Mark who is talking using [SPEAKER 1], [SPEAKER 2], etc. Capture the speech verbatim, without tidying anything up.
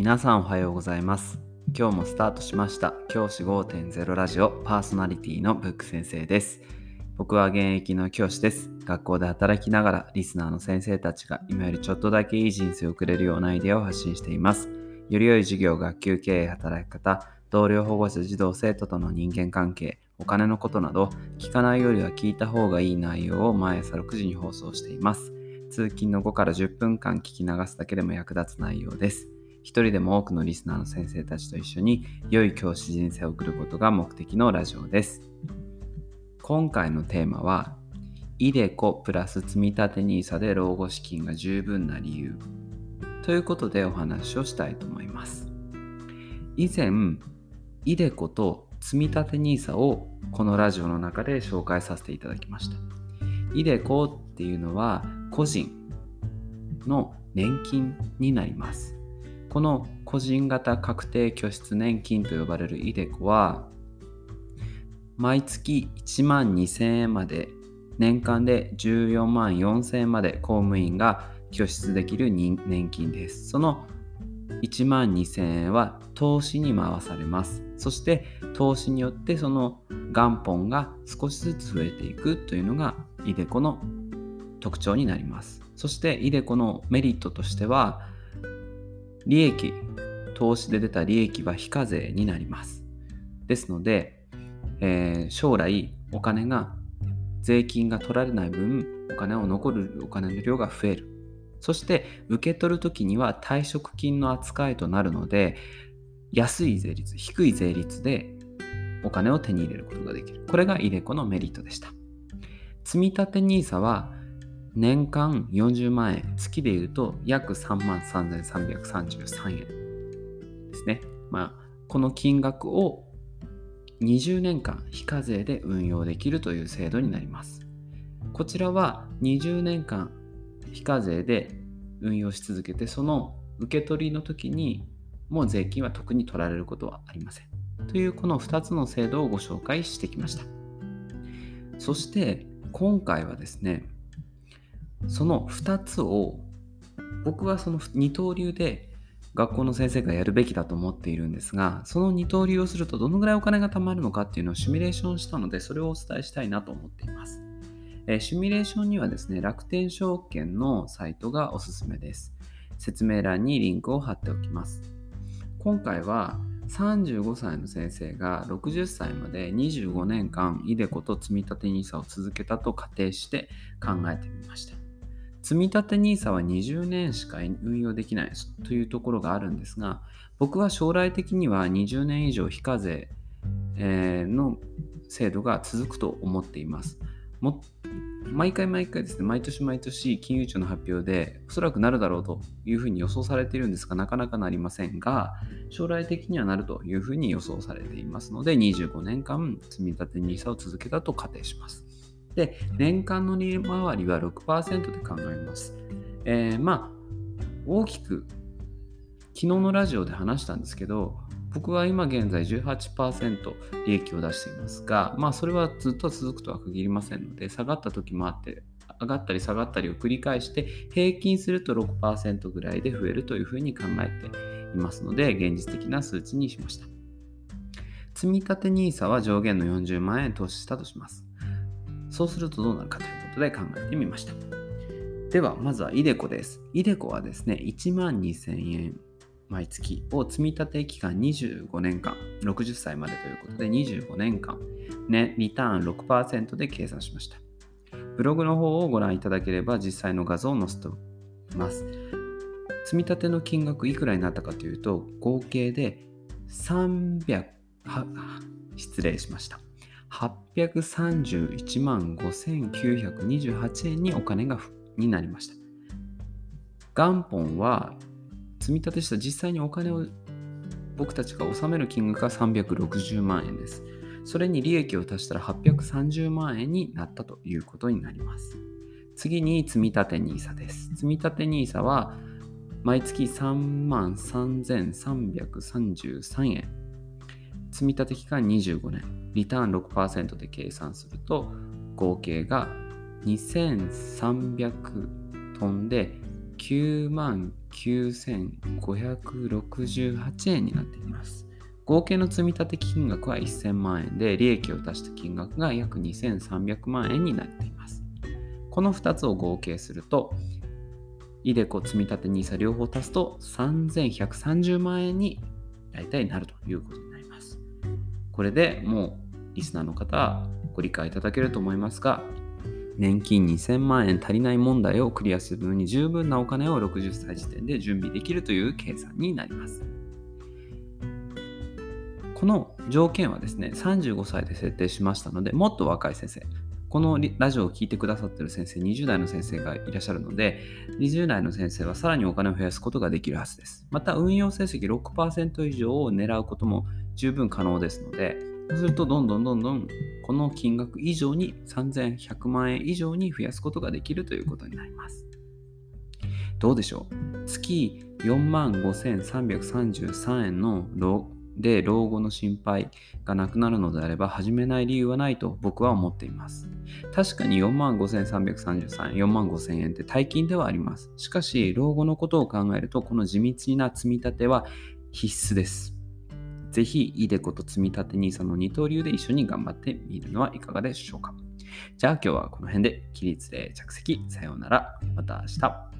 [SPEAKER 1] 皆さんおはようございます。今日もスタートしました教師 ごてんゼロ ラジオパーソナリティのブック先生です。僕は現役の教師です。学校で働きながらリスナーの先生たちが今よりちょっとだけいい人生を送れるようなアイデアを発信しています。より良い授業、学級経営、働き方、同僚、保護者、児童、生徒との人間関係、お金のことなど聞かないよりは聞いた方がいい内容を毎朝ろくじに放送しています。通勤のごからじゅっぷんかん聞き流すだけでも役立つ内容です。一人でも多くのリスナーの先生たちと一緒に良い教師人生を送ることが目的のラジオです。今回のテーマはイデコプラス積立 ニーサ で老後資金が十分な理由ということでお話をしたいと思います。以前イデコと積立 ニーサ をこのラジオの中で紹介させていただきました。イデコっていうのは個人の年金になります。この個人型確定拠出年金と呼ばれるイデコは毎月いちまんにせんえんまで年間でじゅうよんまんよんせんえんまで公務員が拠出できる年金です。そのいちまんにせんえんは投資に回されます。そして投資によってその元本が少しずつ増えていくというのがイデコの特徴になります。そしてイデコのメリットとしては利益、投資で出た利益は非課税になります。ですので、えー、将来お金が税金が取られない分お金を残るお金の量が増える。そして受け取るときには退職金の扱いとなるので安い税率、低い税率でお金を手に入れることができる。これがイデコのメリットでした。積立 ニーサ は年間よんじゅうまんえん、月でいうと約さんまんさんぜんさんびゃくさんじゅうさんえんですね。まあ、この金額をにじゅうねんかん非課税で運用できるという制度になります。こちらはにじゅうねんかん非課税で運用し続けて、その受け取りの時にもう税金は特に取られることはありません。というこのふたつの制度をご紹介してきました。そして今回はですね、そのふたつを僕はその二刀流で学校の先生がやるべきだと思っているんですが、その二刀流をするとどのぐらいお金が貯まるのかっていうのをシミュレーションしたので、それをお伝えしたいなと思っています。えー、シミュレーションにはですね、楽天証券のサイトがおすすめです。説明欄にリンクを貼っておきます。今回はさんじゅうごさいの先生がろくじゅっさいまでにじゅうごねんかんイデコと積立 ニーサ を続けたと仮定して考えてみました。積立 ニーサ はにじゅうねんしか運用できないというところがあるんですが、僕は将来的にはにじゅうねん以上非課税の制度が続くと思っています。も毎回毎回ですね、毎年毎年金融庁の発表でおそらくなるだろうというふうに予想されているんですが、なかなかなりませんが、将来的にはなるというふうに予想されていますので、にじゅうごねんかん積立 ニーサ を続けたと仮定します。で、年間の利回りは ろくパーセント で考えます。えー、まあ大きく昨日のラジオで話したんですけど、僕は今現在 じゅうはちパーセント 利益を出していますが、まあそれはずっと続くとは限りませんので、下がった時もあって上がったり下がったりを繰り返して平均すると ろくパーセント ぐらいで増えるというふうに考えていますので、現実的な数値にしました。積立 ニーサ は上限のよんじゅうまんえん投資したとします。そうするとどうなるかということで考えてみました。ではまずはイデコです。イデコはですね、いちまんにせんえん毎月を積み立て期間にじゅうごねんかん、ろくじゅっさいまでということでにじゅうごねんかん、ね、リターン ろくパーセント で計算しました。ブログの方をご覧いただければ実際の画像を載せておきます。積み立ての金額いくらになったかというと、合計でさんびゃく、失礼しました。はっぴゃくさんじゅういちまんごせんきゅうひゃくにじゅうはちえんにお金がになりました。元本は積み立てした実際にお金を僕たちが納める金額がさんびゃくろくじゅうまんえんです。それに利益を足したらはっぴゃくさんじゅうまんえんになったということになります。次に積立 ニーサ です。積立 ニーサ は毎月さんまんさんぜんさんびゃくさんじゅうさんえん。積立期間にじゅうごねん。リターン ろくパーセント で計算すると合計がにせんさんびゃくトンできゅうまんきゅうせんごひゃくろくじゅうはちえんになっています。合計の積立金額はせんまんえんで、利益を足した金額が約にせんさんびゃくまんえんになっています。このふたつを合計すると、イデコ積立 ニーサ 両方足すとさんぜんひゃくさんじゅうまんえんに大体なるということになります。これでもうリスナーの方はご理解いただけると思いますが、年金にせんまんえん足りない問題をクリアするのに十分なお金をろくじゅっさい時点で準備できるという計算になります。この条件はですね、さんじゅうごさいで設定しましたので、もっと若い先生、このラジオを聞いてくださっている先生、にじゅう代の先生がいらっしゃるので、にじゅう代の先生はさらにお金を増やすことができるはずです。また、運用成績 ろくパーセント 以上を狙うことも十分可能ですので、そうするとどんどんどんどんこの金額以上にさんぜんひゃくまんえん以上に増やすことができるということになります。どうでしょう？月よんまんごせんさんびゃくさんじゅうさんえんので老後の心配がなくなるのであれば始めない理由はないと僕は思っています。確かに よんまんごせんさんびゃくさんじゅうさんえん、よんまんごせんえんって大金ではあります。しかし老後のことを考えるとこの地道な積み立ては必須です。ぜひイデコと積立 ニーサ の二刀流で一緒に頑張ってみるのはいかがでしょうか。じゃあ今日はこの辺で起立例着席さようなら。また明日。